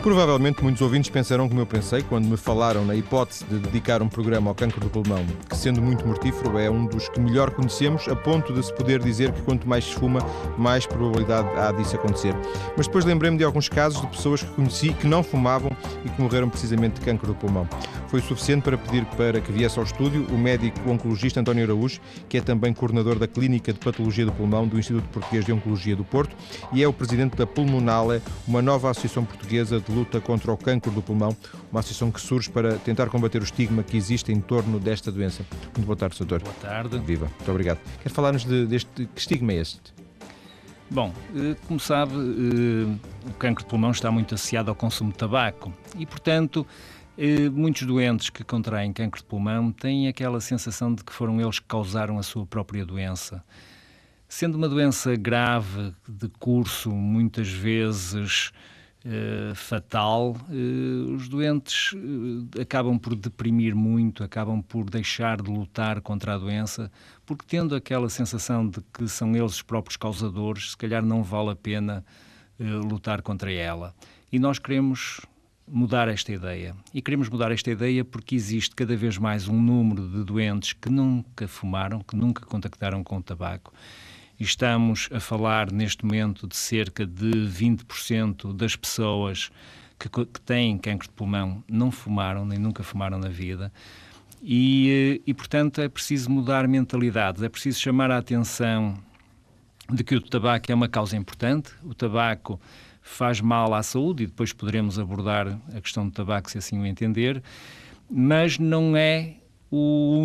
Provavelmente muitos ouvintes pensarão como eu pensei quando me falaram na hipótese de dedicar um programa ao cancro do pulmão, que, sendo muito mortífero, é um dos que melhor conhecemos, a ponto de se poder dizer que quanto mais se fuma, mais probabilidade há disso acontecer. Mas depois lembrei-me de alguns casos de pessoas que conheci que não fumavam e que morreram precisamente de cancro do pulmão. Foi o suficiente para pedir para que viesse ao estúdio o médico oncologista António Araújo, que é também coordenador da Clínica de Patologia do Pulmão do Instituto Português de Oncologia do Porto e é o presidente da Pulmonale, uma nova associação portuguesa de luta contra o cancro do pulmão, uma associação que surge para tentar combater o estigma que existe em torno desta doença. Muito boa tarde, doutor. Boa tarde. Viva. Muito obrigado. Quer falar-nos deste... Que estigma é este? Bom, como sabe, o cancro de pulmão está muito associado ao consumo de tabaco e, portanto, muitos doentes que contraem cancro de pulmão têm aquela sensação de que foram eles que causaram a sua própria doença. Sendo uma doença grave, de curso, muitas vezes fatal, os doentes acabam por deprimir muito, acabam por deixar de lutar contra a doença, porque tendo aquela sensação de que são eles os próprios causadores, se calhar não vale a pena lutar contra ela. E nós queremos mudar esta ideia. E queremos mudar esta ideia porque existe cada vez mais um número de doentes que nunca fumaram, que nunca contactaram com o tabaco. E estamos a falar neste momento de cerca de 20% das pessoas que têm cancro de pulmão não fumaram, nem nunca fumaram na vida. E, portanto, é preciso mudar mentalidades, é preciso chamar a atenção de que o tabaco é uma causa importante, o tabaco faz mal à saúde e depois poderemos abordar a questão do tabaco se assim o entender, mas não é a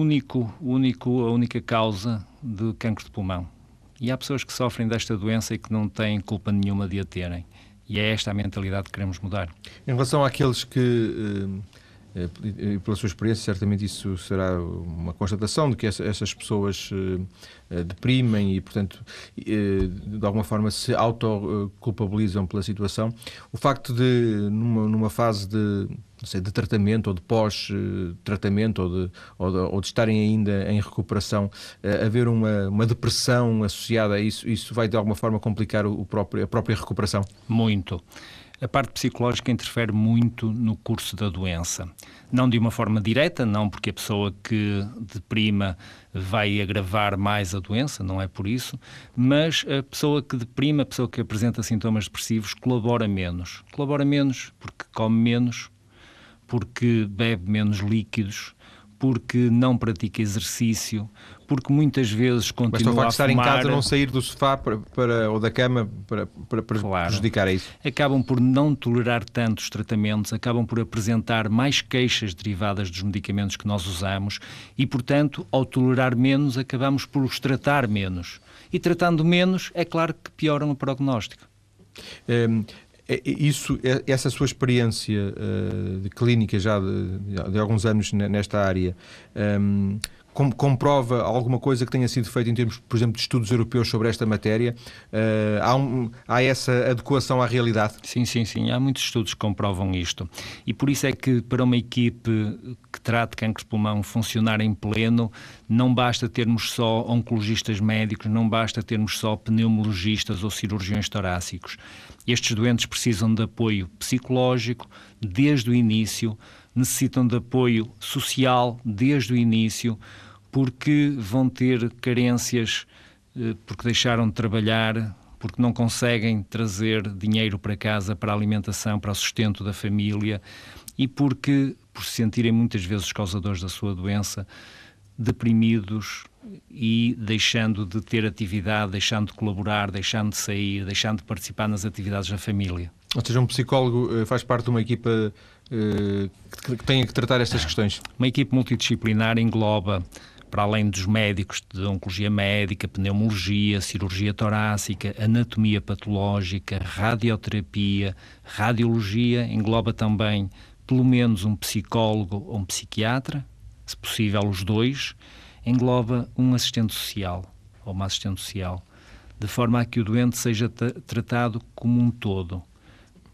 única causa de cancro de pulmão. E há pessoas que sofrem desta doença e que não têm culpa nenhuma de a terem. E é esta a mentalidade que queremos mudar. Em relação àqueles que, pela sua experiência, certamente isso será uma constatação de que essas pessoas deprimem e, portanto, de alguma forma se autoculpabilizam pela situação. O facto de, numa fase de tratamento ou de pós-tratamento ou de estarem ainda em recuperação, haver uma depressão associada a isso, isso vai de alguma forma complicar a própria recuperação? Muito. A parte psicológica interfere muito no curso da doença. Não de uma forma direta, não porque a pessoa que deprima vai agravar mais a doença, não é por isso, mas a pessoa que deprime, a pessoa que apresenta sintomas depressivos, colabora menos. Colabora menos porque come menos, porque bebe menos líquidos, porque não pratica exercício, porque muitas vezes continua a fumar. Mas estar em casa, não sair do sofá ou da cama para claro, prejudicar a isso. Acabam por não tolerar tanto os tratamentos, acabam por apresentar mais queixas derivadas dos medicamentos que nós usamos e, portanto, ao tolerar menos, acabamos por os tratar menos. E tratando menos, é claro que pioram o prognóstico. Essa sua experiência de clínica já de alguns anos nesta área comprova alguma coisa que tenha sido feita em termos, por exemplo, de estudos europeus sobre esta matéria? Há essa adequação à realidade? Sim. Há muitos estudos que comprovam isto. E por isso é que para uma equipe que trate cancro de pulmão funcionar em pleno, não basta termos só oncologistas médicos, não basta termos só pneumologistas ou cirurgiões torácicos. Estes doentes precisam de apoio psicológico desde o início, necessitam de apoio social desde o início, porque vão ter carências, porque deixaram de trabalhar, porque não conseguem trazer dinheiro para casa, para a alimentação, para o sustento da família e porque, por se sentirem muitas vezes os causadores da sua doença, deprimidos e deixando de ter atividade, deixando de colaborar, deixando de sair, deixando de participar nas atividades da família. Ou seja, um psicólogo faz parte de uma equipa que tenha que tratar estas questões? Uma equipe multidisciplinar engloba, para além dos médicos de oncologia médica, pneumologia, cirurgia torácica, anatomia patológica, radioterapia, radiologia, engloba também pelo menos um psicólogo ou um psiquiatra, se possível os dois, engloba um assistente social ou uma assistente social, de forma a que o doente seja tratado como um todo.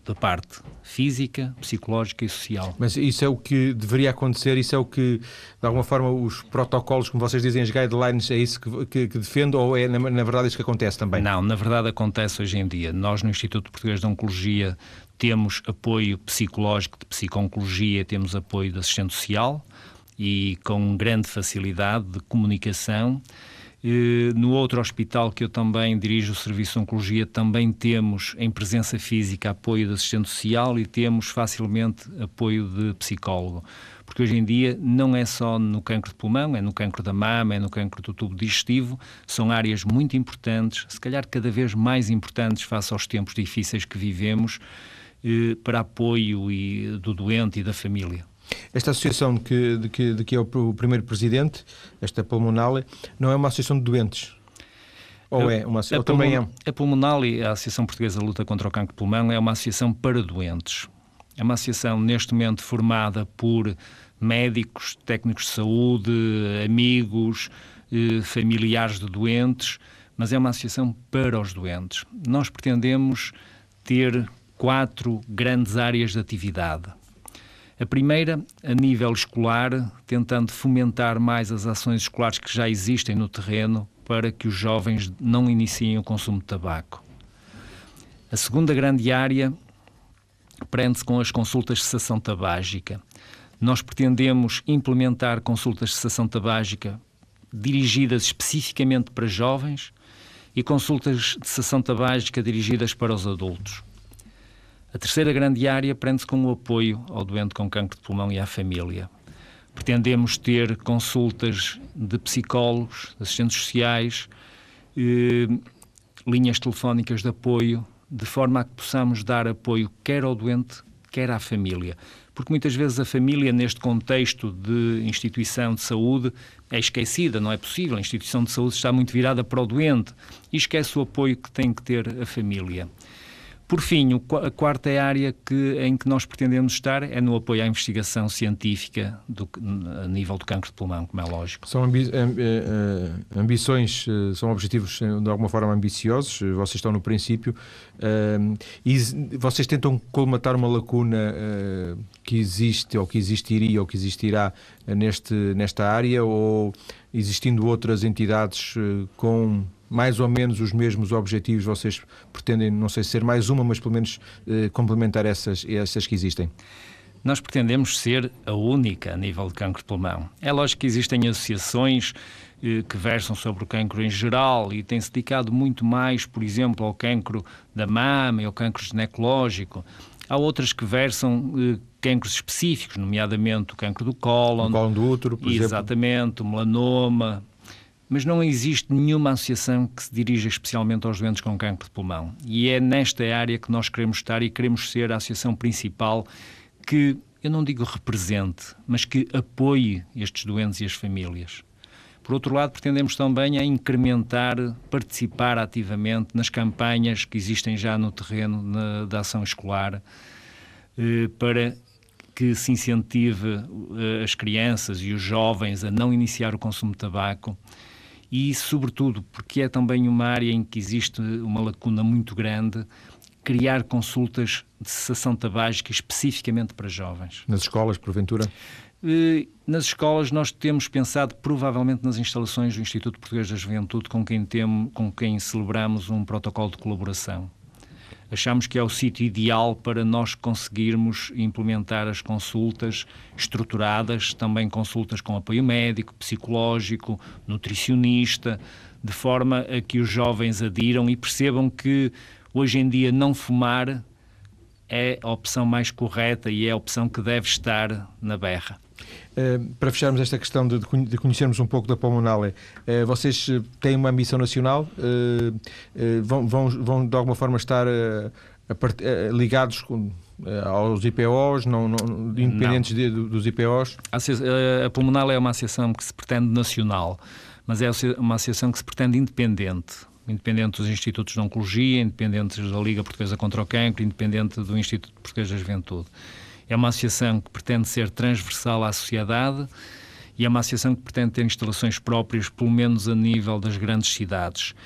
da parte física, psicológica e social. Mas isso é o que deveria acontecer? Isso é o que, de alguma forma, os protocolos, como vocês dizem, as guidelines, é isso que defende, ou é, na verdade, isso que acontece também? Não, na verdade acontece hoje em dia. Nós, no Instituto Português de Oncologia, temos apoio psicológico de psico-oncologia, temos apoio de assistente social e com grande facilidade de comunicação. No outro hospital que eu também dirijo, o Serviço de Oncologia, também temos em presença física apoio de assistente social e temos facilmente apoio de psicólogo. Porque hoje em dia não é só no cancro de pulmão, é no cancro da mama, é no cancro do tubo digestivo, são áreas muito importantes, se calhar cada vez mais importantes face aos tempos difíceis que vivemos, para apoio do doente e da família. Esta associação de que é o primeiro presidente, esta Pulmonale, não é uma associação de doentes? Ou é uma associação? Também é? A Pulmonale, a Associação Portuguesa de Luta contra o Cancro de Pulmão, é uma associação para doentes. É uma associação, neste momento, formada por médicos, técnicos de saúde, amigos, familiares de doentes, mas é uma associação para os doentes. Nós pretendemos ter 4 grandes áreas de atividade. A primeira, a nível escolar, tentando fomentar mais as ações escolares que já existem no terreno para que os jovens não iniciem o consumo de tabaco. A segunda grande área prende-se com as consultas de cessação tabágica. Nós pretendemos implementar consultas de cessação tabágica dirigidas especificamente para jovens e consultas de cessação tabágica dirigidas para os adultos. A terceira grande área prende-se com o apoio ao doente com cancro de pulmão e à família. Pretendemos ter consultas de psicólogos, de assistentes sociais, linhas telefónicas de apoio, de forma a que possamos dar apoio quer ao doente, quer à família. Porque muitas vezes a família, neste contexto de instituição de saúde, é esquecida, não é possível. A instituição de saúde está muito virada para o doente e esquece o apoio que tem que ter a família. Por fim, a quarta área em que nós pretendemos estar é no apoio à investigação científica a nível do cancro de pulmão, como é lógico. São ambições, são objetivos de alguma forma ambiciosos, vocês estão no princípio, e vocês tentam colmatar uma lacuna que existe, ou que existiria, ou que existirá nesta área, ou existindo outras entidades com mais ou menos os mesmos objetivos, vocês pretendem, não sei se ser mais uma, mas pelo menos complementar essas que existem? Nós pretendemos ser a única a nível de cancro de pulmão. É lógico que existem associações que versam sobre o cancro em geral e têm-se dedicado muito mais, por exemplo, ao cancro da mama e ao cancro ginecológico. Há outras que versam cancros específicos, nomeadamente o cancro do cólon. O cólon do útero, por exemplo. Exatamente, o melanoma. Mas não existe nenhuma associação que se dirija especialmente aos doentes com cancro de pulmão. E é nesta área que nós queremos estar e queremos ser a associação principal que, eu não digo represente, mas que apoie estes doentes e as famílias. Por outro lado, pretendemos também incrementar, participar ativamente nas campanhas que existem já no terreno da ação escolar, para que se incentive as crianças e os jovens a não iniciar o consumo de tabaco. E, sobretudo, porque é também uma área em que existe uma lacuna muito grande, criar consultas de cessação tabágica especificamente para jovens. Nas escolas, porventura? Nas escolas nós temos pensado provavelmente nas instalações do Instituto Português da Juventude com quem celebramos um protocolo de colaboração. Achamos que é o sítio ideal para nós conseguirmos implementar as consultas estruturadas, também consultas com apoio médico, psicológico, nutricionista, de forma a que os jovens adiram e percebam que hoje em dia não fumar é a opção mais correta e é a opção que deve estar na berra. Para fecharmos esta questão de conhecermos um pouco da Pulmonale, vocês têm uma ambição nacional? Vão de alguma forma estar ligados aos IPOs, independentes dos IPOs? A Pulmonale é uma associação que se pretende nacional, mas é uma associação que se pretende independente dos Institutos de Oncologia, independentes da Liga Portuguesa contra o Cancro, independente do Instituto Português da Juventude. É uma associação que pretende ser transversal à sociedade e é uma associação que pretende ter instalações próprias, pelo menos a nível das grandes cidades.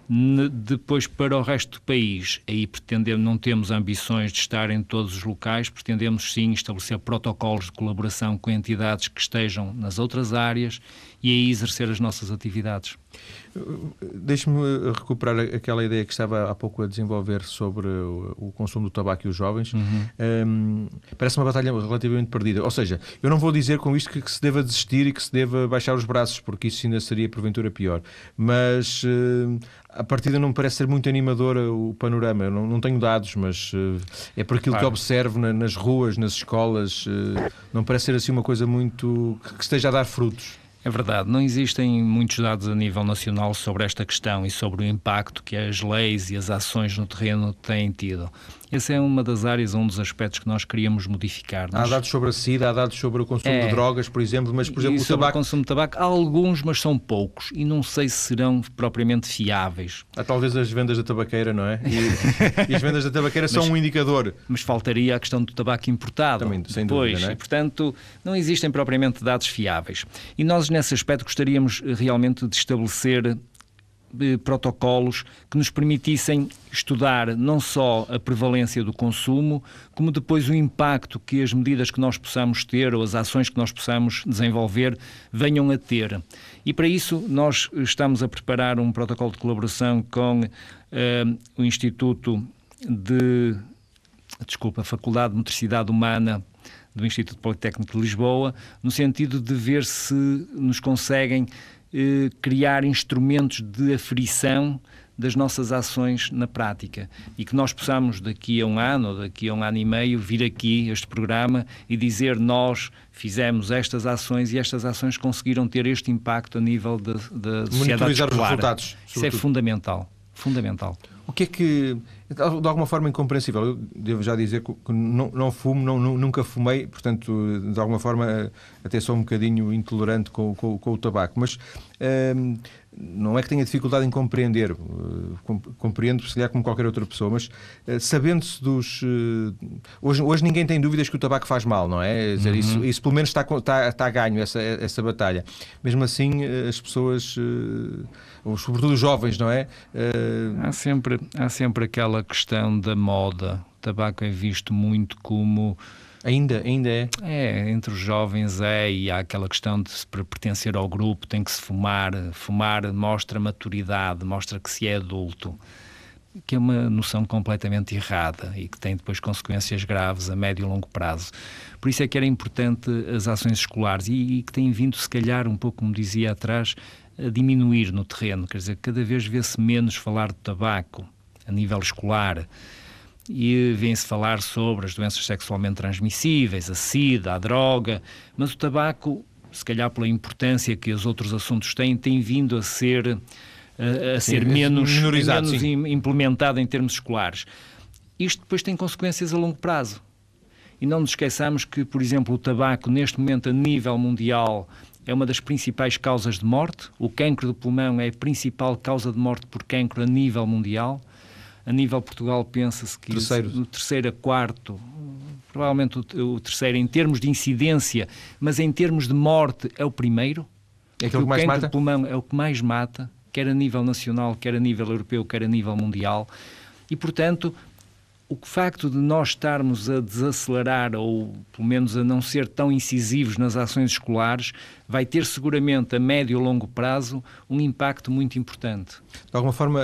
Depois, para o resto do país, aí pretendemos, não temos ambições de estar em todos os locais, pretendemos sim estabelecer protocolos de colaboração com entidades que estejam nas outras áreas e aí exercer as nossas atividades. Deixe-me recuperar aquela ideia que estava há pouco a desenvolver sobre o consumo do tabaco e os jovens. Parece uma batalha relativamente perdida. Ou seja, eu não vou dizer com isto que se deva desistir e que se deva baixar os braços, porque isso ainda seria porventura pior. Mas a partida não me parece ser muito animador o panorama. Eu não tenho dados, mas é por aquilo que observo nas ruas, nas escolas. Não parece ser assim uma coisa muito que esteja a dar frutos. É verdade, não existem muitos dados a nível nacional sobre esta questão e sobre o impacto que as leis e as ações no terreno têm tido. Essa é uma das áreas, um dos aspectos que nós queríamos modificar. Há dados sobre a SIDA, há dados sobre o consumo de drogas, por exemplo, mas, por exemplo, o tabaco... o consumo de tabaco, há alguns, mas são poucos, e não sei se serão propriamente fiáveis. Há talvez as vendas da tabaqueira, não é? E as vendas da tabaqueira são um indicador. Mas faltaria a questão do tabaco importado. Também, sem dúvida, não é? E, portanto, não existem propriamente dados fiáveis. E nós, nesse aspecto, gostaríamos realmente de estabelecer protocolos que nos permitissem estudar não só a prevalência do consumo, como depois o impacto que as medidas que nós possamos ter ou as ações que nós possamos desenvolver venham a ter. E para isso nós estamos a preparar um protocolo de colaboração com o Instituto a Faculdade de Motricidade Humana do Instituto Politécnico de Lisboa, no sentido de ver se nos conseguem criar instrumentos de aferição das nossas ações na prática e que nós possamos daqui a um ano ou daqui a um ano e meio vir aqui este programa e dizer nós fizemos estas ações e estas ações conseguiram ter este impacto a nível da sociedade escolar. Os resultados. Isso é fundamental. O que é que, de alguma forma, incompreensível? Eu devo já dizer que não fumo, nunca fumei, portanto, de alguma forma, até sou um bocadinho intolerante com o tabaco, mas não é que tenha dificuldade em compreender, compreendo, se calhar, como qualquer outra pessoa, mas sabendo-se dos... Hoje ninguém tem dúvidas que o tabaco faz mal, não é? Quer dizer, isso pelo menos está a ganho, essa batalha. Mesmo assim, as pessoas, sobretudo os jovens, não é? Há sempre aquela questão da moda. O tabaco é visto muito como... Ainda é? É, entre os jovens e há aquela questão de para pertencer ao grupo tem que se fumar. Fumar mostra maturidade, mostra que se é adulto, que é uma noção completamente errada e que tem depois consequências graves a médio e longo prazo. Por isso é que era importante as ações escolares e que têm vindo, se calhar, um pouco, como dizia atrás, a diminuir no terreno. Quer dizer, cada vez vê-se menos falar de tabaco a nível escolar. E vem-se falar sobre as doenças sexualmente transmissíveis, a SIDA, a droga, mas o tabaco, se calhar pela importância que os outros assuntos têm, tem vindo a ser menos implementado em termos escolares. Isto depois tem consequências a longo prazo. E não nos esqueçamos que, por exemplo, o tabaco, neste momento, a nível mundial, é uma das principais causas de morte. O cancro do pulmão é a principal causa de morte por cancro a nível mundial. A nível Portugal, pensa-se que o terceiro a quarto, provavelmente o terceiro em termos de incidência, mas em termos de morte é o primeiro. É aquilo que mais mata? O cancro do pulmão é o que mais mata, quer a nível nacional, quer a nível europeu, quer a nível mundial. E, portanto, o facto de nós estarmos a desacelerar ou, pelo menos, a não ser tão incisivos nas ações escolares, vai ter seguramente, a médio e longo prazo, um impacto muito importante. De alguma forma...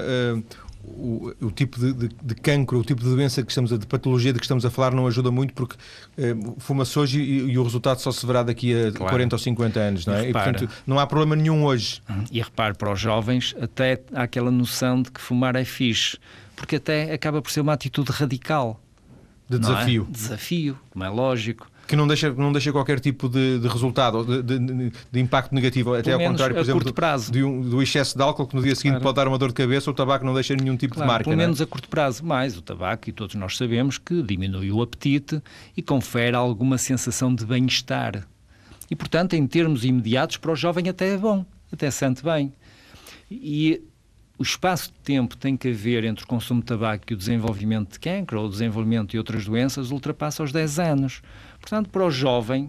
O tipo de cancro, o tipo de doença de patologia de que estamos a falar não ajuda muito porque fuma-se hoje e o resultado só se verá daqui a 40 ou 50 anos, não é? E, portanto, não há problema nenhum hoje. E repare, para os jovens até há aquela noção de que fumar é fixe, porque até acaba por ser uma atitude radical. De desafio. Desafio, como é lógico. Que não deixa qualquer tipo de resultado, de impacto negativo, até ao contrário, por exemplo, do excesso de álcool que no dia seguinte pode dar uma dor de cabeça, o tabaco não deixa nenhum tipo de marca. Pelo menos a curto prazo, mas o tabaco, e todos nós sabemos que diminui o apetite e confere alguma sensação de bem-estar. E, portanto, em termos imediatos, para o jovem até é bom, até sente bem. E o espaço de tempo tem que haver entre o consumo de tabaco e o desenvolvimento de cancro ou o desenvolvimento de outras doenças ultrapassa os 10 anos. Portanto, para o jovem,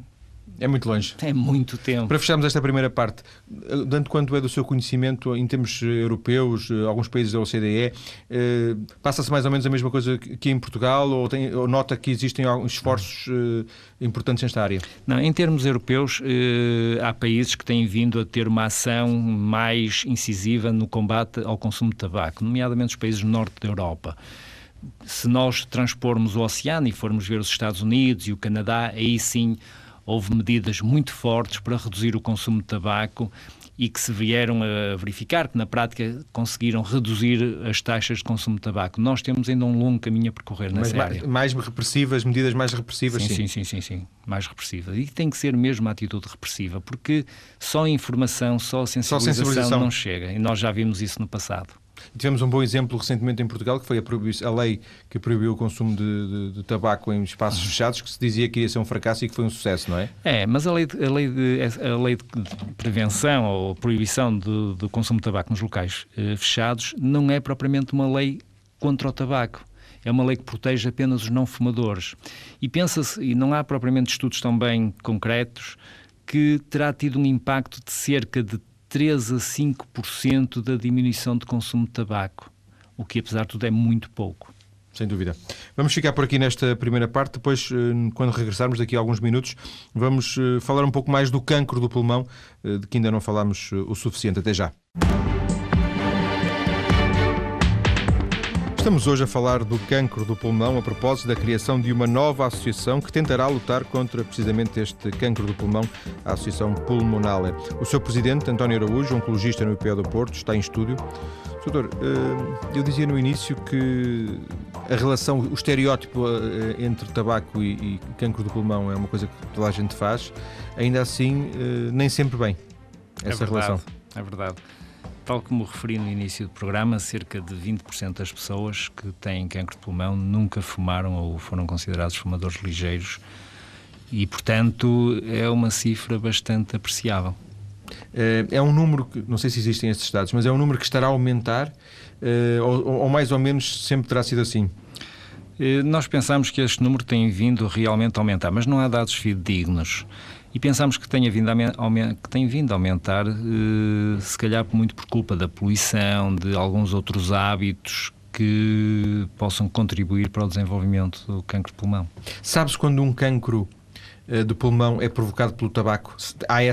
É muito longe. É muito tempo. Para fecharmos esta primeira parte, tanto quanto é do seu conhecimento em termos europeus, alguns países da OCDE, passa-se mais ou menos a mesma coisa que em Portugal, ou nota que existem alguns esforços importantes nesta área? Não, em termos europeus, há países que têm vindo a ter uma ação mais incisiva no combate ao consumo de tabaco, nomeadamente os países do norte da Europa. Se nós transpormos o oceano e formos ver os Estados Unidos e o Canadá, aí sim houve medidas muito fortes para reduzir o consumo de tabaco e que se vieram a verificar que, na prática, conseguiram reduzir as taxas de consumo de tabaco. Nós temos ainda um longo caminho a percorrer nessa área. Mais repressivas, medidas mais repressivas? Sim. Mais repressivas. E tem que ser mesmo a atitude repressiva, porque só informação, só sensibilização não chega. E nós já vimos isso no passado. Tivemos um bom exemplo recentemente em Portugal, que foi a lei que proibiu o consumo de tabaco em espaços fechados, que se dizia que ia ser um fracasso e que foi um sucesso, não é? Mas a lei de prevenção ou proibição do consumo de tabaco nos locais fechados não é propriamente uma lei contra o tabaco. É uma lei que protege apenas os não fumadores. E pensa-se, e não há propriamente estudos tão bem concretos, que terá tido um impacto de cerca de 3 a 5% da diminuição de consumo de tabaco, o que, apesar de tudo, é muito pouco. Sem dúvida. Vamos ficar por aqui nesta primeira parte. Depois, quando regressarmos daqui a alguns minutos, vamos falar um pouco mais do cancro do pulmão, de que ainda não falámos o suficiente. Até já. Estamos hoje a falar do cancro do pulmão a propósito da criação de uma nova associação que tentará lutar contra precisamente este cancro do pulmão, a Associação Pulmonale. O seu presidente, António Araújo, oncologista no IPO do Porto, está em estúdio. Doutor, eu dizia no início que a relação, o estereótipo entre tabaco e cancro do pulmão é uma coisa que toda a gente faz, ainda assim nem sempre bem essa relação. É verdade. Tal como referi no início do programa, cerca de 20% das pessoas que têm cancro de pulmão nunca fumaram ou foram considerados fumadores ligeiros e, portanto, é uma cifra bastante apreciável. É um número que, não sei se existem estes dados, mas é um número que estará a aumentar ou mais ou menos sempre terá sido assim? Nós pensamos que este número tem vindo realmente a aumentar, mas não há dados fidedignos. E pensamos que tem vindo a aumentar, se calhar muito por culpa da poluição, de alguns outros hábitos que possam contribuir para o desenvolvimento do cancro de pulmão. Sabe-se quando um cancro do pulmão é provocado pelo tabaco? Há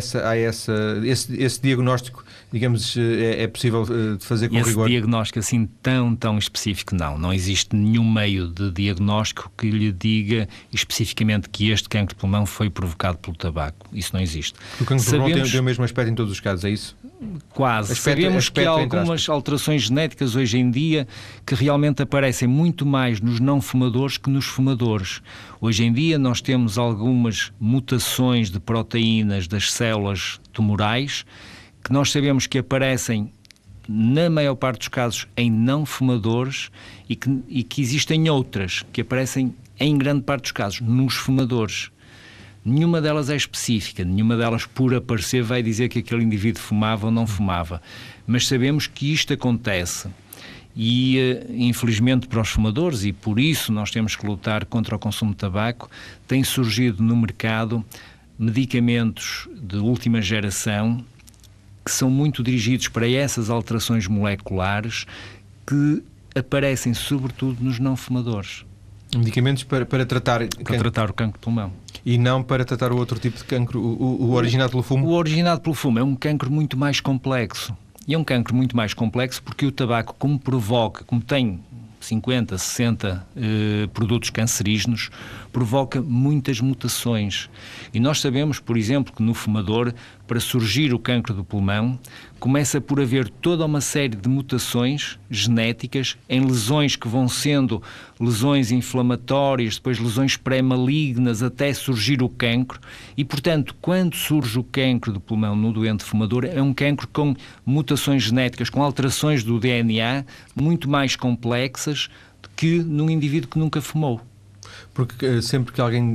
esse diagnóstico, digamos, é possível de fazer com rigor? Esse diagnóstico assim tão específico não existe nenhum meio de diagnóstico que lhe diga especificamente que este cancro de pulmão foi provocado pelo tabaco. Isso não existe. O cancro de pulmão tem o mesmo aspecto em todos os casos, é isso? Quase. Sabemos que há algumas alterações genéticas hoje em dia que realmente aparecem muito mais nos não fumadores que nos fumadores. Hoje em dia nós temos algumas mutações de proteínas das células tumorais que nós sabemos que aparecem na maior parte dos casos em não fumadores e que existem outras que aparecem em grande parte dos casos nos fumadores. Nenhuma delas é específica, nenhuma delas por aparecer vai dizer que aquele indivíduo fumava ou não fumava, mas sabemos que isto acontece e infelizmente para os fumadores, e por isso nós temos que lutar contra o consumo de tabaco, tem surgido no mercado medicamentos de última geração que são muito dirigidos para essas alterações moleculares que aparecem sobretudo nos não fumadores. Medicamentos para tratar... tratar o cancro de pulmão. E não para tratar o outro tipo de cancro, o originado pelo fumo? O originado pelo fumo é um cancro muito mais complexo. E é um cancro muito mais complexo porque o tabaco, como tem 50, 60 produtos cancerígenos, provoca muitas mutações. E nós sabemos, por exemplo, que no fumador, para surgir o cancro do pulmão, começa por haver toda uma série de mutações genéticas em lesões que vão sendo lesões inflamatórias, depois lesões pré-malignas, até surgir o cancro. E, portanto, quando surge o cancro do pulmão no doente fumador, é um cancro com mutações genéticas, com alterações do DNA muito mais complexas do que num indivíduo que nunca fumou. Porque sempre que alguém,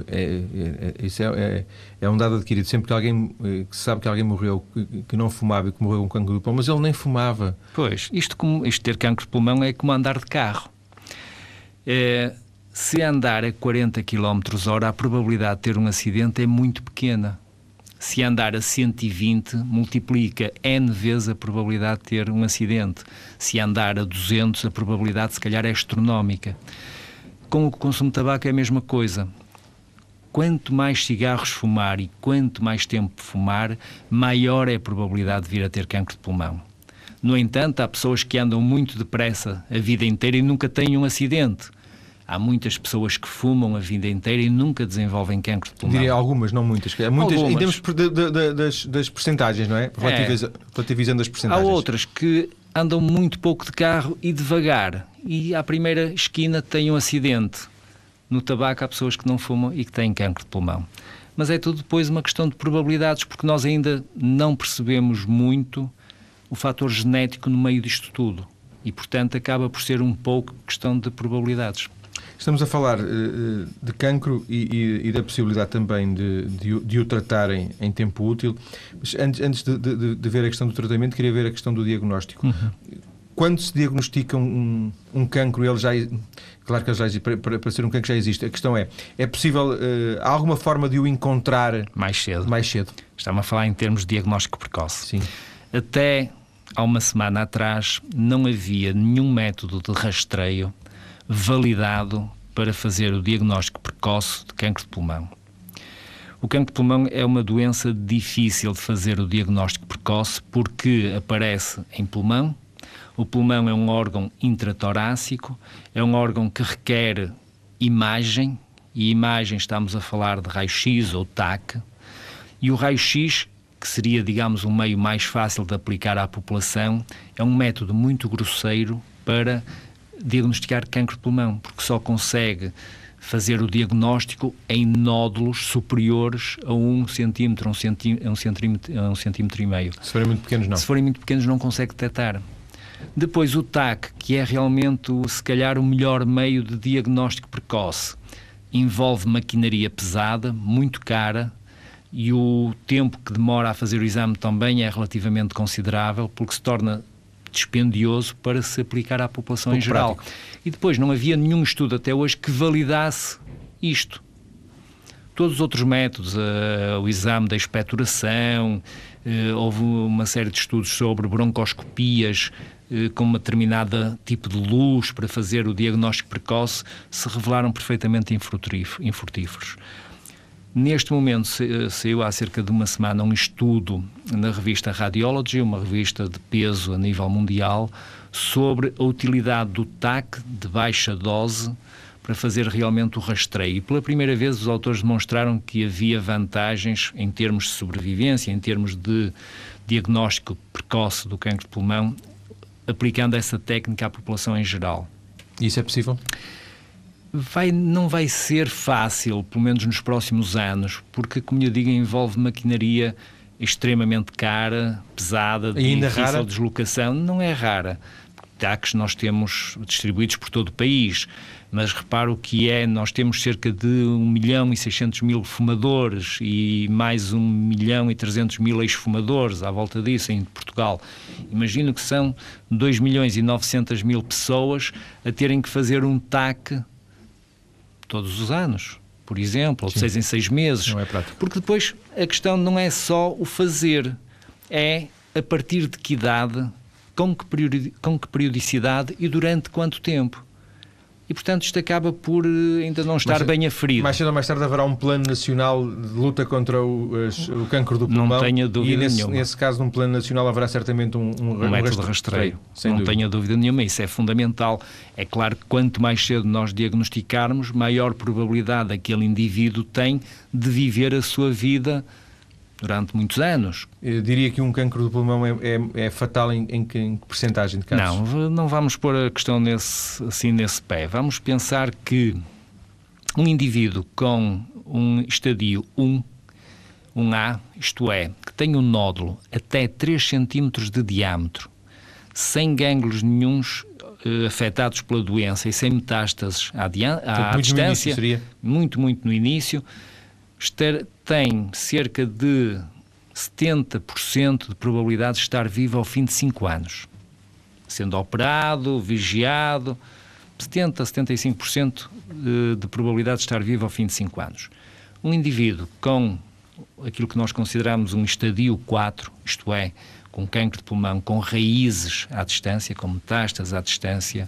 isso é um dado adquirido, sempre que alguém que sabe que alguém morreu, que não fumava e que morreu com cancro do pulmão, mas ele nem fumava. Pois, isto ter cancro de pulmão é como andar de carro. se andar a 40 km/h, a probabilidade de ter um acidente é muito pequena. Se andar a 120, multiplica N vezes a probabilidade de ter um acidente. Se andar a 200, a probabilidade se calhar é astronómica. Com o consumo de tabaco é a mesma coisa. Quanto mais cigarros fumar e quanto mais tempo fumar, maior é a probabilidade de vir a ter cancro de pulmão. No entanto, há pessoas que andam muito depressa a vida inteira e nunca têm um acidente. Há muitas pessoas que fumam a vida inteira e nunca desenvolvem cancro de pulmão. Diria algumas, não muitas. Muitas algumas. Em termos das percentagens, não é? Relativizando as Há percentagens. outras que andam muito pouco de carro e devagar. E à primeira esquina têm um acidente. No tabaco há pessoas que não fumam e que têm cancro de pulmão. Mas é tudo depois uma questão de probabilidades, porque nós ainda não percebemos muito o fator genético no meio disto tudo. E, portanto, acaba por ser um pouco questão de probabilidades. Estamos a falar de cancro e da possibilidade também de o tratarem em tempo útil. Mas antes de ver a questão do tratamento, queria ver a questão do diagnóstico. Quando se diagnostica um cancro, ele já... Claro que ele já existe, para ser um cancro já existe. A questão é possível... há alguma forma de o encontrar mais cedo? Mais cedo. Estamos a falar em termos de diagnóstico precoce. Sim. Até há uma semana atrás não havia nenhum método de rastreio validado para fazer o diagnóstico precoce de cancro de pulmão. O cancro de pulmão é uma doença difícil de fazer o diagnóstico precoce porque aparece em pulmão. O pulmão é um órgão intratorácico, é um órgão que requer imagem, e imagem estamos a falar de raio-x ou TAC, e o raio-x, que seria, digamos, um meio mais fácil de aplicar à população, é um método muito grosseiro para diagnosticar cancro de pulmão, porque só consegue fazer o diagnóstico em nódulos superiores a 1 centímetro, a 1,5 centímetro. Se forem muito pequenos, não. Se forem muito pequenos, não consegue detectar. Depois o TAC, que é realmente, se calhar, o melhor meio de diagnóstico precoce, envolve maquinaria pesada, muito cara, e o tempo que demora a fazer o exame também é relativamente considerável, porque se torna dispendioso para se aplicar à população em geral. Prático. E depois não havia nenhum estudo até hoje que validasse isto. Todos os outros métodos, o exame da expectoração, houve uma série de estudos sobre broncoscopias com uma determinada tipo de luz para fazer o diagnóstico precoce, se revelaram perfeitamente infrutíferos. Neste momento saiu há cerca de uma semana um estudo na revista Radiology, uma revista de peso a nível mundial, sobre a utilidade do TAC de baixa dose para fazer realmente o rastreio. E pela primeira vez os autores demonstraram que havia vantagens em termos de sobrevivência, em termos de diagnóstico precoce do cancro de pulmão, aplicando essa técnica à população em geral. Isso é possível? Não vai ser fácil, pelo menos nos próximos anos, porque, como eu digo, envolve maquinaria extremamente cara, pesada, de difícil deslocação. Não é rara. TACs nós temos distribuídos por todo o país, mas repara o que é, nós temos cerca de 1.600.000 fumadores e mais 1.300.000 ex-fumadores à volta disso em Portugal. Imagino que são 2.900.000 pessoas a terem que fazer um TAC todos os anos, por exemplo, ou de 6 em 6 meses. Não é prático. Porque depois a questão não é só o fazer, é a partir de que idade, com que periodicidade e durante quanto tempo. E, portanto, isto acaba por ainda não estar bem aferido. Mais cedo ou mais tarde haverá um plano nacional de luta contra o cancro do pulmão. Não tenha dúvida nenhuma. Nesse caso, num plano nacional, haverá certamente um método de rastreio. Não tenha dúvida nenhuma. Isso é fundamental. É claro que quanto mais cedo nós diagnosticarmos, maior probabilidade aquele indivíduo tem de viver a sua vida durante muitos anos. Eu diria que um cancro do pulmão é fatal em que percentagem de casos? Não vamos pôr a questão nesse pé. Vamos pensar que um indivíduo com um estadio 1A, isto é, que tem um nódulo até 3 centímetros de diâmetro, sem gânglios nenhuns afetados pela doença e sem metástases à distância, muito no início, tem cerca de 70% de probabilidade de estar vivo ao fim de 5 anos. Sendo operado, vigiado, 70% a 75% de probabilidade de estar vivo ao fim de 5 anos. Um indivíduo com aquilo que nós consideramos um estadio 4, isto é, com cancro de pulmão, com raízes à distância, com metástases à distância,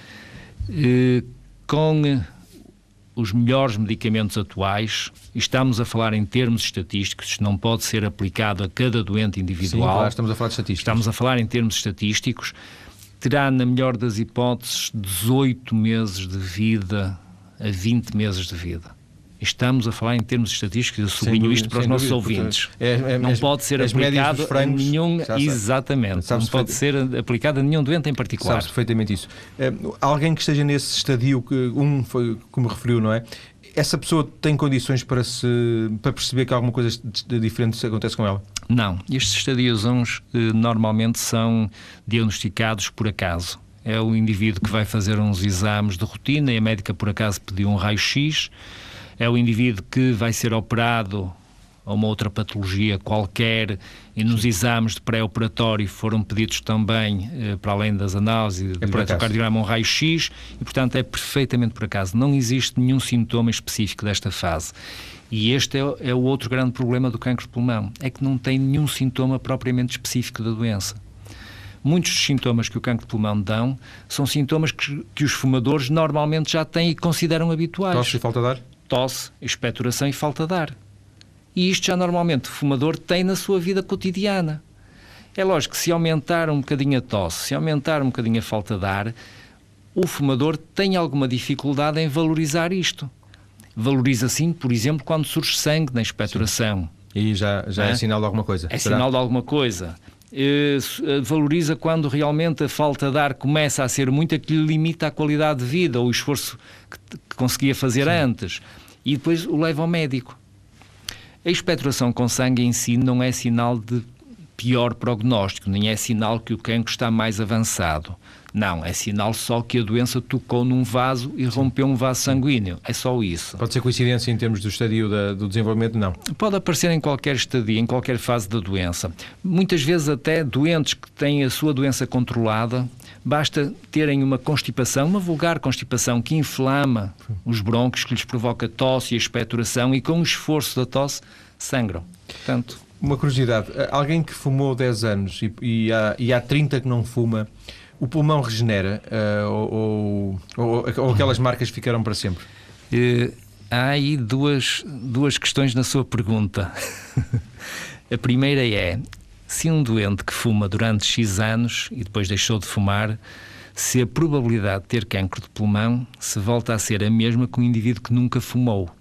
com os melhores medicamentos atuais, estamos a falar em termos estatísticos, isto não pode ser aplicado a cada doente individual. Sim, claro, estamos a falar de estatísticos. Estamos a falar em termos estatísticos. Terá, na melhor das hipóteses, 18 meses de vida a 20 meses de vida. Estamos a falar em termos estatísticos, eu sublinho isto para os nossos ouvintes. Não pode ser aplicado a nenhum... Exatamente, não pode ser aplicado a nenhum doente em particular. Sabe perfeitamente isso. Alguém que esteja nesse estadio, foi como referiu, não é? Essa pessoa tem condições para perceber que alguma coisa de diferente acontece com ela? Não. Estes estadios 1 normalmente são diagnosticados por acaso. É o indivíduo que vai fazer uns exames de rotina e a médica por acaso pediu um raio-x. É o indivíduo que vai ser operado a uma outra patologia qualquer e nos exames de pré-operatório foram pedidos também, para além das análises, de eletrocardiograma, um raio-x e, portanto, é perfeitamente por acaso. Não existe nenhum sintoma específico desta fase. E este é o outro grande problema do cancro de pulmão, é que não tem nenhum sintoma propriamente específico da doença. Muitos dos sintomas que o cancro de pulmão dão são sintomas que os fumadores normalmente já têm e consideram habituais. Tosse e falta de ar? Tosse, expectoração e falta de ar. E isto já normalmente o fumador tem na sua vida cotidiana. É lógico que se aumentar um bocadinho a tosse, se aumentar um bocadinho a falta de ar, o fumador tem alguma dificuldade em valorizar isto. Valoriza sim, por exemplo, quando surge sangue na expectoração. E já é sinal de alguma coisa. Sinal de alguma coisa. Valoriza quando realmente a falta de ar começa a ser muito, que lhe limita a qualidade de vida ou o esforço que conseguia fazer antes. E depois o leva ao médico. A expectoração com sangue em si não é sinal de pior prognóstico, nem é sinal que o cancro está mais avançado. Não, é sinal só que a doença tocou num vaso e rompeu um vaso sanguíneo. É só isso. Pode ser coincidência em termos do estadio do desenvolvimento? Não. Pode aparecer em qualquer estadio, em qualquer fase da doença. Muitas vezes até doentes que têm a sua doença controlada, basta terem uma constipação, uma vulgar constipação que inflama os brônquios, que lhes provoca tosse e expectoração e com o esforço da tosse sangram. Portanto... Uma curiosidade, alguém que fumou 10 anos e há 30 que não fuma, o pulmão regenera ou aquelas marcas ficaram para sempre? Há aí duas questões na sua pergunta. A primeira é, se um doente que fuma durante X anos e depois deixou de fumar, se a probabilidade de ter cancro de pulmão se volta a ser a mesma que um indivíduo que nunca fumou.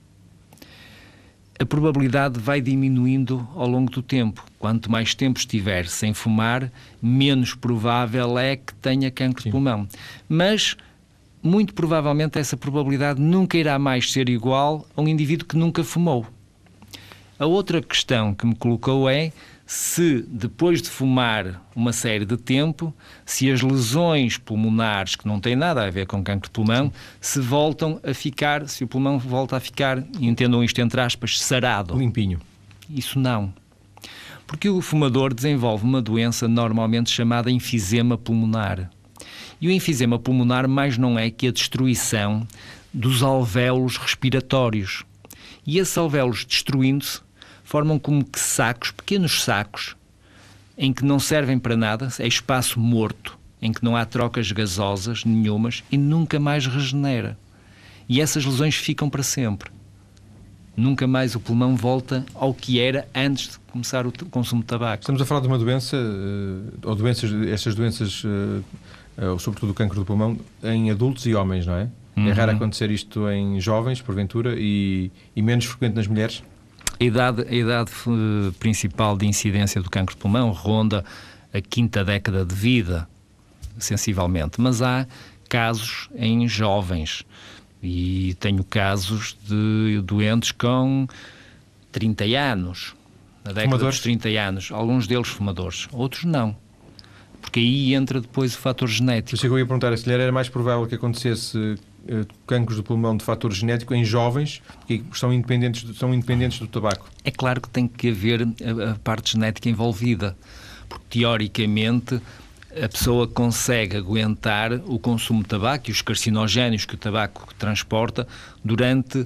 A probabilidade vai diminuindo ao longo do tempo. Quanto mais tempo estiver sem fumar, menos provável é que tenha cancro de pulmão. Mas, muito provavelmente, essa probabilidade nunca irá mais ser igual a um indivíduo que nunca fumou. A outra questão que me colocou é se, depois de fumar uma série de tempo, se as lesões pulmonares, que não têm nada a ver com cancro de pulmão, se voltam a ficar, se o pulmão volta a ficar, entendam isto entre aspas, sarado. Limpinho. Isso não. Porque o fumador desenvolve uma doença normalmente chamada enfisema pulmonar. E o enfisema pulmonar mais não é que a destruição dos alvéolos respiratórios. E esses alvéolos, destruindo-se, formam como que sacos, pequenos sacos, em que não servem para nada, é espaço morto, em que não há trocas gasosas nenhumas e nunca mais regenera. E essas lesões ficam para sempre. Nunca mais o pulmão volta ao que era antes de começar o consumo de tabaco. Estamos a falar de uma doença, ou estas doenças, sobretudo o cancro do pulmão, em adultos e homens, não é? É raro acontecer isto em jovens, porventura, e menos frequente nas mulheres? A idade principal de incidência do cancro de pulmão ronda a 5ª década de vida, sensivelmente. Mas há casos em jovens e tenho casos de doentes com 30 anos, na década dos 30 anos. Alguns deles fumadores, outros não. Porque aí entra depois o fator genético. Por isso que eu ia perguntar, se era mais provável que acontecesse cancros do pulmão de fator genético em jovens que são independentes do tabaco? É claro que tem que haver a parte genética envolvida, porque teoricamente a pessoa consegue aguentar o consumo de tabaco e os carcinogénios que o tabaco transporta durante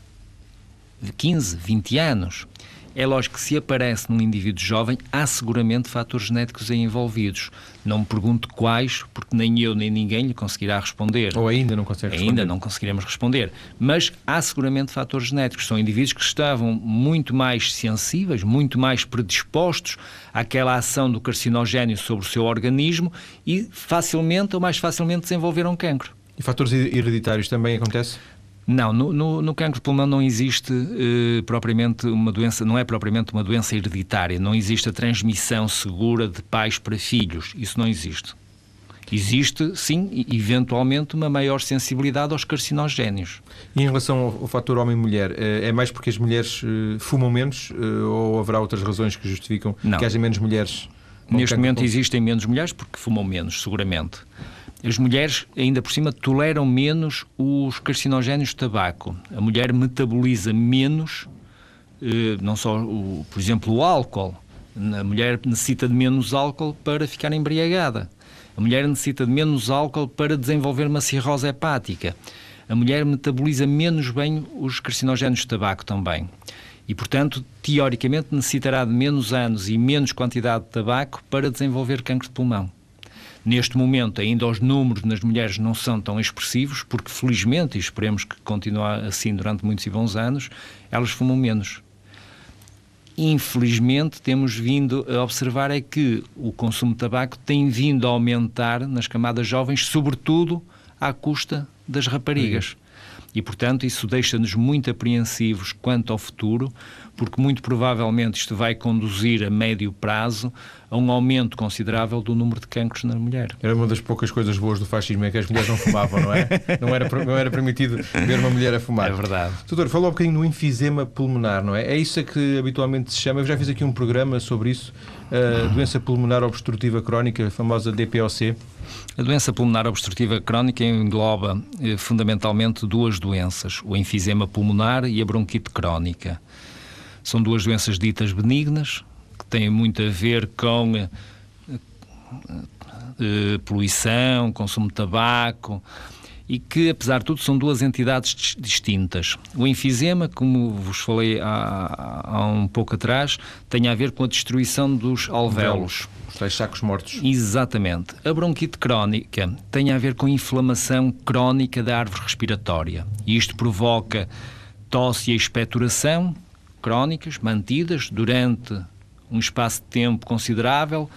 15, 20 anos. É lógico que se aparece num indivíduo jovem, há seguramente fatores genéticos aí envolvidos. Não me pergunto quais, porque nem eu nem ninguém lhe conseguirá responder. Ou ainda não consegue responder. Ainda não conseguiremos responder. Mas há seguramente fatores genéticos. São indivíduos que estavam muito mais sensíveis, muito mais predispostos àquela ação do carcinogénio sobre o seu organismo e facilmente ou mais facilmente desenvolveram cancro. E fatores hereditários também acontece? Não, no cancro de pulmão não existe propriamente uma doença, não é propriamente uma doença hereditária, não existe a transmissão segura de pais para filhos, isso não existe. Existe, sim, eventualmente uma maior sensibilidade aos carcinogénios. E em relação ao fator homem-mulher, é mais porque as mulheres fumam menos ou haverá outras razões que justificam que haja menos mulheres? Neste momento existem menos mulheres porque fumam menos, seguramente. As mulheres, ainda por cima, toleram menos os carcinogénios de tabaco. A mulher metaboliza menos, não só, por exemplo, o álcool. A mulher necessita de menos álcool para ficar embriagada. A mulher necessita de menos álcool para desenvolver uma cirrose hepática. A mulher metaboliza menos bem os carcinogénios de tabaco também. E, portanto, teoricamente, necessitará de menos anos e menos quantidade de tabaco para desenvolver cancro de pulmão. Neste momento, ainda os números nas mulheres não são tão expressivos, porque felizmente, e esperemos que continue assim durante muitos e bons anos, elas fumam menos. Infelizmente, temos vindo a observar é que o consumo de tabaco tem vindo a aumentar nas camadas jovens, sobretudo à custa das raparigas. E, portanto, isso deixa-nos muito apreensivos quanto ao futuro, porque muito provavelmente isto vai conduzir a médio prazo a um aumento considerável do número de cancros na mulher. Era uma das poucas coisas boas do fascismo, é que as mulheres não fumavam, não é? Não era permitido ver uma mulher a fumar. É verdade. Doutor, falou um bocadinho do enfisema pulmonar, não é? É isso a que habitualmente se chama. Eu já fiz aqui um programa sobre isso, a doença pulmonar obstrutiva crónica, a famosa DPOC. A doença pulmonar obstrutiva crónica engloba fundamentalmente duas doenças, o enfisema pulmonar e a bronquite crónica. São duas doenças ditas benignas, que têm muito a ver com poluição, consumo de tabaco, e que, apesar de tudo, são duas entidades distintas. O enfisema, como vos falei há um pouco atrás, tem a ver com a destruição dos alvéolos. Os tais sacos mortos. Exatamente. A bronquite crónica tem a ver com inflamação crónica da árvore respiratória. E isto provoca tosse e expectoração crónicas, mantidas durante um espaço de tempo considerável,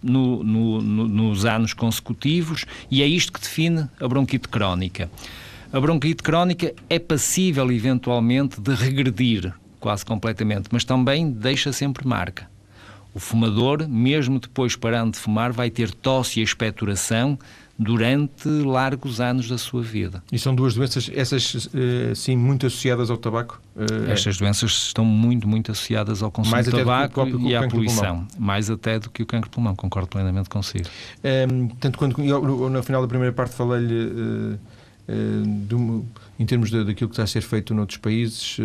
nos anos consecutivos, e é isto que define a bronquite crónica. A bronquite crónica é passível, eventualmente, de regredir quase completamente, mas também deixa sempre marca. O fumador, mesmo depois parando de fumar, vai ter tosse e expectoração durante largos anos da sua vida. E são duas doenças, essas sim, muito associadas ao tabaco? Estas doenças estão muito associadas ao consumo de tabaco e à poluição. Mais até do que o cancro de pulmão, concordo plenamente consigo. Tanto quando no final da primeira parte falei-lhe em termos daquilo que está a ser feito noutros países,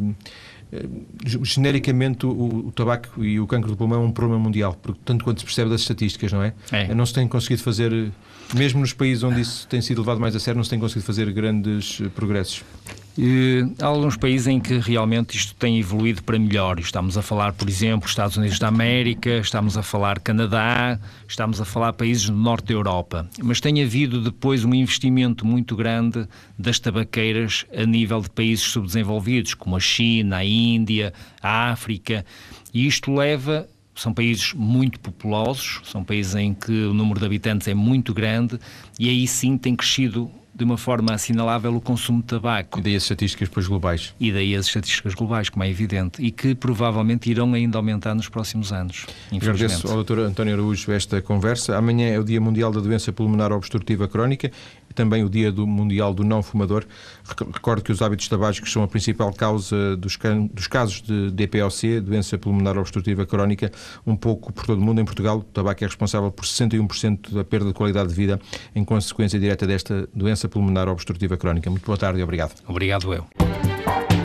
genericamente o tabaco e o cancro do pulmão é um problema mundial, porque tanto quanto se percebe das estatísticas, não é? Não se tem conseguido fazer, mesmo nos países onde isso tem sido levado mais a sério, não se tem conseguido fazer grandes progressos. Há alguns países em que realmente isto tem evoluído para melhor. Estamos a falar, por exemplo, Estados Unidos da América, estamos a falar Canadá, estamos a falar países do norte da Europa. Mas tem havido depois um investimento muito grande das tabaqueiras a nível de países subdesenvolvidos, como a China, a Índia, a África, e isto leva... São países muito populosos, são países em que o número de habitantes é muito grande e aí sim tem crescido de uma forma assinalável o consumo de tabaco. E daí as estatísticas depois globais. E daí as estatísticas globais, como é evidente, e que provavelmente irão ainda aumentar nos próximos anos, infelizmente. Agradeço ao Dr. António Araújo esta conversa. Amanhã é o Dia Mundial da Doença Pulmonar Obstrutiva Crónica e também o Dia Mundial do Não Fumador. Recordo que os hábitos tabágicos são a principal causa dos casos de DPOC, doença pulmonar obstrutiva crónica, um pouco por todo o mundo. Em Portugal, o tabaco é responsável por 61% da perda de qualidade de vida em consequência direta desta doença pulmonar obstrutiva crónica. Muito boa tarde e obrigado. Obrigado eu.